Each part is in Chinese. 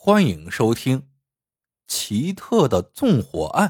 欢迎收听《奇特的纵火案》。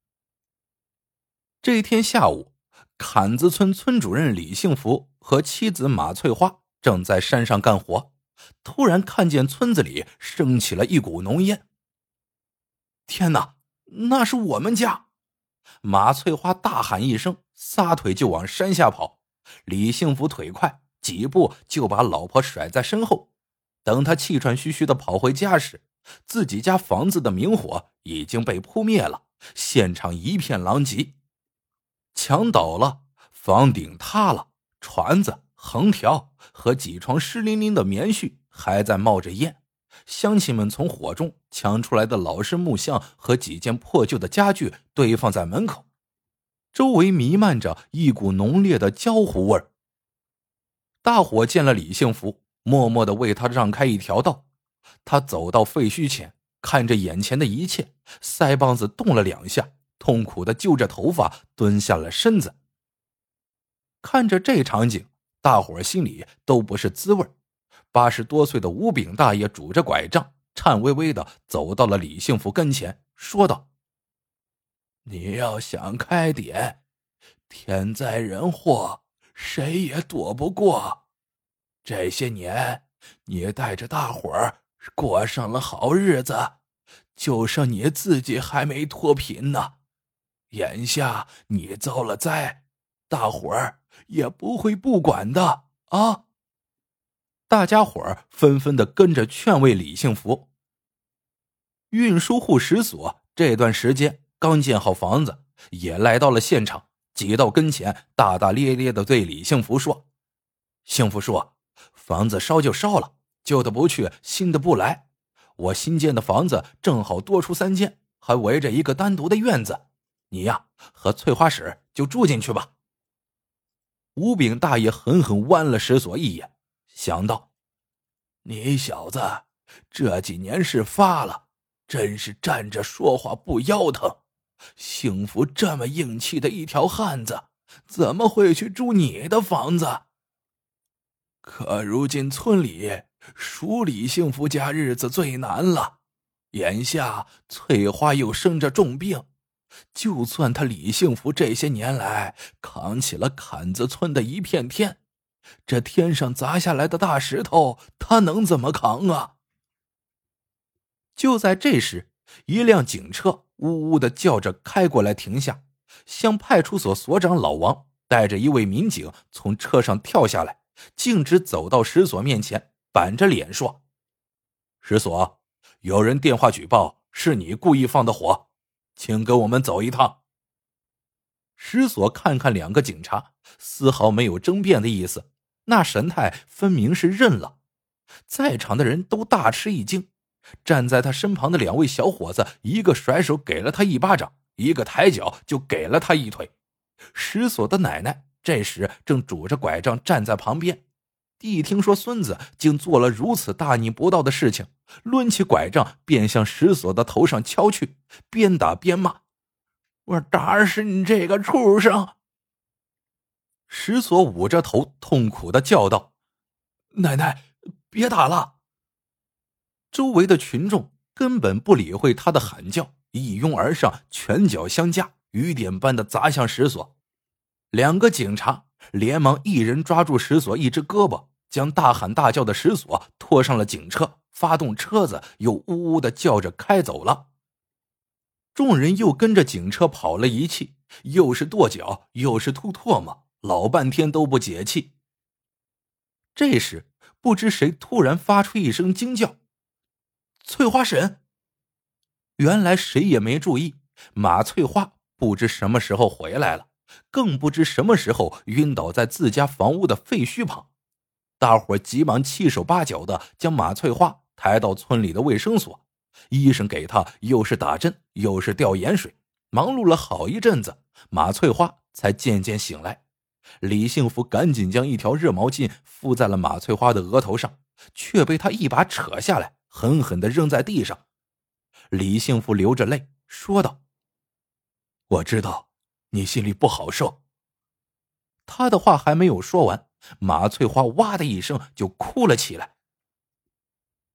这天下午，坎子村村主任李幸福和妻子马翠花正在山上干活，突然看见村子里升起了一股浓烟。天哪，那是我们家！马翠花大喊一声，撒腿就往山下跑。李幸福腿快，几步就把老婆甩在身后。等他气喘吁吁地跑回家时，自己家房子的明火已经被扑灭了，现场一片狼藉。墙倒了，房顶塌了，船子、横条和几床湿淋淋的棉絮还在冒着烟。乡亲们从火中抢出来的老式木箱和几件破旧的家具堆放在门口，周围弥漫着一股浓烈的焦糊味儿。大伙见了李幸福，默默地为他让开一条道。他走到废墟前，看着眼前的一切，腮帮子动了两下，痛苦地揪着头发蹲下了身子。看着这场景，大伙心里都不是滋味。80多岁的吴炳大爷拄着拐杖，颤巍巍地走到了李幸福跟前，说道：你要想开点，天灾人祸谁也躲不过。这些年你带着大伙儿过上了好日子，就剩你自己还没脱贫呢。眼下你遭了灾，大伙儿也不会不管的啊！大家伙儿纷纷地跟着劝慰李幸福。运输户石所这段时间刚建好房子，也来到了现场，挤到跟前，大大咧咧地对李幸福说：幸福说，房子烧就烧了，旧的不去，新的不来。我新建的房子正好多出3间，还围着一个单独的院子，你呀和翠花婶就住进去吧。吴炳大爷狠狠剜了石所一眼，想到：你小子这几年是发了，真是站着说话不腰疼。幸福这么硬气的一条汉子，怎么会去住你的房子？可如今村里属李幸福家日子最难了，眼下翠花又生着重病，就算他李幸福这些年来扛起了坎子村的一片天，这天上砸下来的大石头他能怎么扛啊？就在这时，一辆警车呜呜地叫着开过来停下，乡派出所所长老王带着一位民警从车上跳下来，径直走到石所面前，板着脸说：石所，有人电话举报是你故意放的火，请跟我们走一趟。石所看看2个警察，丝毫没有争辩的意思，那神态分明是认了。在场的人都大吃一惊，站在他身旁的2位小伙子，一个甩手给了他一巴掌，一个抬脚就给了他一腿。石所的奶奶这时正拄着拐杖站在旁边，一听说孙子竟做了如此大逆不道的事情，抡起拐杖便向石所的头上敲去，边打边骂：我打死你这个畜生！石所捂着头痛苦地叫道：奶奶，别打了！周围的群众根本不理会他的喊叫，一拥而上，拳脚相加，雨点般的砸向石所。2个警察连忙一人抓住石所一只胳膊，将大喊大叫的石所拖上了警车，发动车子，又呜呜地叫着开走了。众人又跟着警车跑了一气，又是跺脚，又是吐唾沫，老半天都不解气。这时不知谁突然发出一声惊叫：翠花婶！原来谁也没注意，马翠花不知什么时候回来了，更不知什么时候晕倒在自家房屋的废墟旁。大伙急忙七手八脚的将马翠花抬到村里的卫生所，医生给她又是打针又是吊盐水，忙碌了好一阵子，马翠花才渐渐醒来。李幸福赶紧将一条热毛巾敷在了马翠花的额头上，却被他一把扯下来，狠狠地扔在地上。李幸福流着泪说道：我知道你心里不好受。他的话还没有说完，马翠花哇的一声就哭了起来。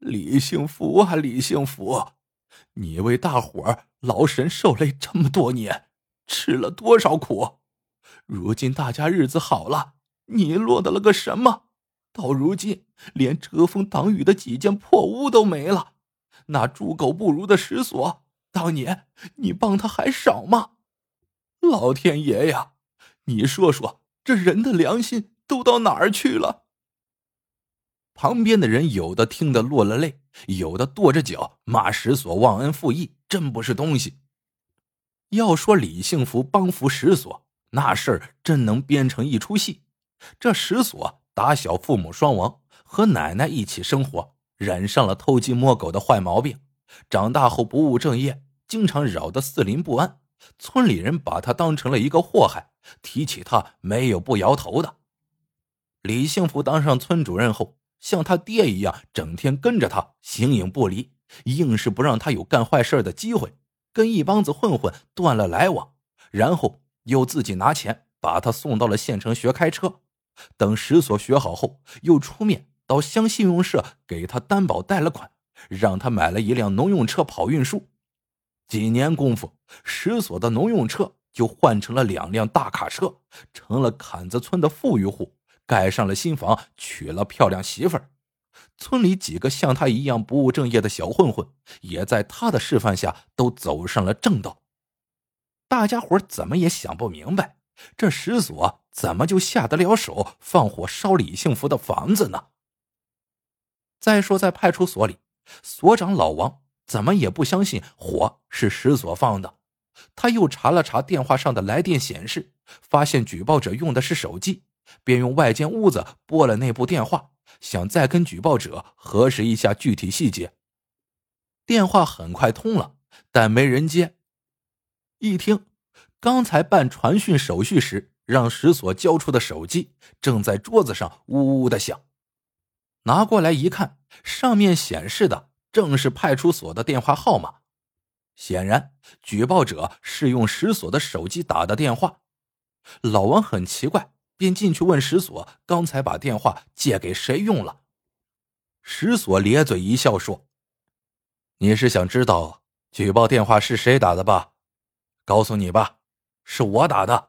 李幸福啊，李幸福，你为大伙儿劳神受累这么多年，吃了多少苦？如今大家日子好了，你落得了个什么？到如今连遮风挡雨的几间破屋都没了。那猪狗不如的石锁，当年你帮他还少吗？老天爷呀，你说说，这人的良心都到哪儿去了？旁边的人有的听得落了泪，有的跺着脚骂石锁忘恩负义，真不是东西。要说李幸福帮扶石锁，那事儿真能编成一出戏。这石锁打小父母双亡，和奶奶一起生活，染上了偷鸡摸狗的坏毛病。长大后不务正业，经常扰得四邻不安，村里人把他当成了一个祸害，提起他没有不摇头的。李幸福当上村主任后，像他爹一样整天跟着他，形影不离，硬是不让他有干坏事的机会，跟一帮子混混断了来往，然后又自己拿钱把他送到了县城学开车。等石锁学好后，又出面到乡信用社给他担保贷了款，让他买了一辆农用车跑运输。几年功夫，石锁的农用车就换成了2辆大卡车，成了坎子村的富裕户，盖上了新房，娶了漂亮媳妇儿。村里几个像他一样不务正业的小混混，也在他的示范下都走上了正道。大家伙怎么也想不明白，这石锁怎么就下得了手放火烧李幸福的房子呢？再说在派出所里，所长老王怎么也不相信火是石锁放的。他又查了查电话上的来电显示，发现举报者用的是手机，便用外间屋子拨了那部电话，想再跟举报者核实一下具体细节。电话很快通了，但没人接。一听，刚才办传讯手续时让石锁交出的手机正在桌子上呜呜的响。拿过来一看，上面显示的正是派出所的电话号码。显然，举报者是用石锁的手机打的电话。老王很奇怪，便进去问石锁刚才把电话借给谁用了。石锁咧嘴一笑说：“你是想知道举报电话是谁打的吧？告诉你吧，是我打的。”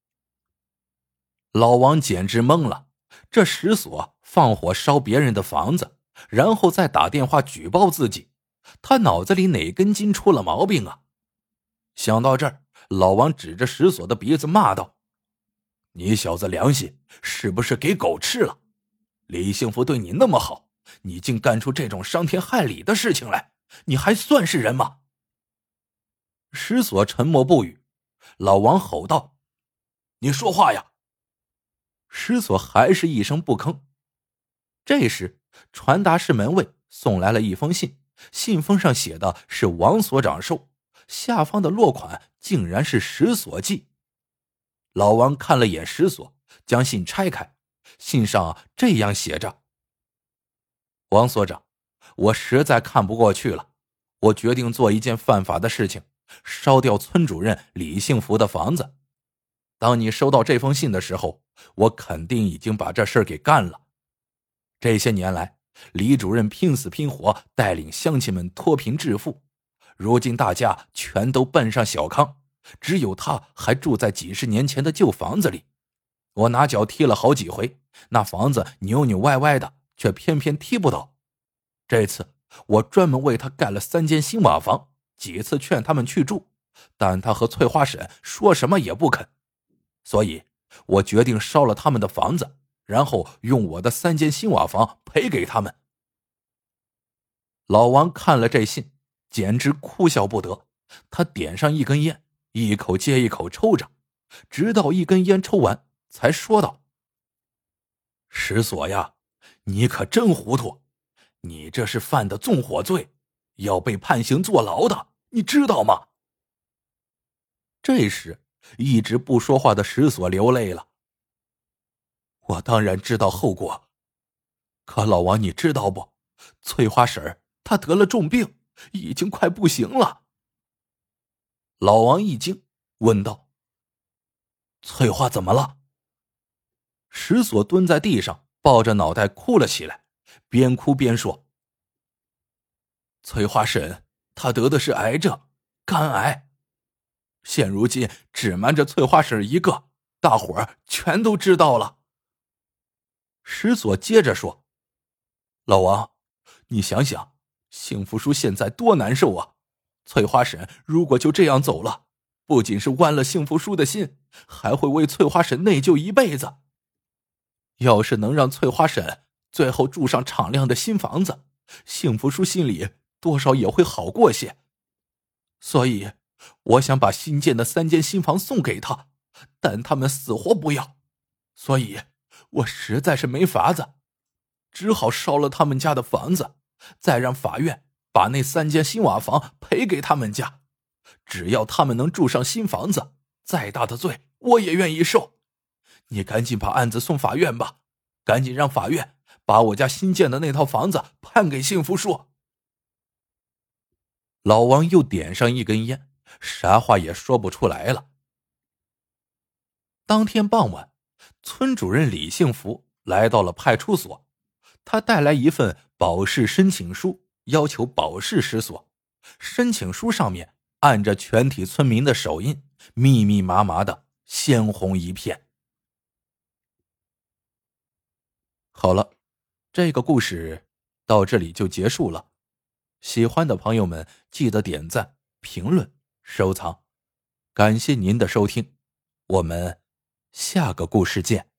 老王简直懵了，这石锁放火烧别人的房子，然后再打电话举报自己，他脑子里哪根筋出了毛病啊？想到这儿，老王指着石锁的鼻子骂道：“你小子良心是不是给狗吃了？李幸福对你那么好，你竟干出这种伤天害理的事情来，你还算是人吗？”石锁沉默不语。老王吼道：“你说话呀！”石锁还是一声不吭。这时，传达室门卫送来了一封信，信封上写的是王所长收，下方的落款竟然是石锁记。老王看了眼石锁，将信拆开，信上这样写着：“王所长，我实在看不过去了，我决定做一件犯法的事情，烧掉村主任李幸福的房子。当你收到这封信的时候，我肯定已经把这事儿给干了。这些年来，李主任拼死拼活带领乡亲们脱贫致富，如今大家全都奔上小康，只有他还住在几十年前的旧房子里。我拿脚踢了好几回，那房子扭扭歪歪的，却偏偏踢不倒。这次我专门为他盖了3间新瓦房，几次劝他们去住，但他和翠花婶说什么也不肯。所以我决定烧了他们的房子，然后用我的3间新瓦房赔给他们。”老王看了这信，简直哭笑不得。他点上一根烟，一口接一口抽着，直到一根烟抽完，才说道：“石锁呀，你可真糊涂，你这是犯的纵火罪，要被判刑坐牢的，你知道吗？”这时，一直不说话的石锁流泪了。“我当然知道后果，可老王你知道不？翠花婶儿她得了重病，已经快不行了。”老王一惊，问道：“翠花怎么了？”石锁蹲在地上，抱着脑袋哭了起来，边哭边说：“ 翠花婶她得的是癌症，肝癌。现如今只瞒着翠花婶一个，大伙儿全都知道了。石锁接着说：老王，你想想，幸福叔现在多难受啊！翠花婶如果就这样走了，不仅是剜了幸福叔的心，还会为翠花婶内疚一辈子。要是能让翠花婶最后住上敞亮的新房子，幸福叔心里多少也会好过些。所以我想把新建的3间新房送给他，但他们死活不要，所以我实在是没法子，只好烧了他们家的房子，再让法院把那3间新瓦房赔给他们家。只要他们能住上新房子，再大的罪我也愿意受。你赶紧把案子送法院吧，赶紧让法院把我家新建的那套房子判给幸福叔。老王又点上一根烟，啥话也说不出来了。当天傍晚，村主任李幸福来到了派出所，他带来一份保释申请书，要求保释石锁。申请书上面按着全体村民的手印，密密麻麻的鲜红一片。好了，这个故事到这里就结束了。喜欢的朋友们记得点赞、评论、收藏。感谢您的收听，我们下个故事见。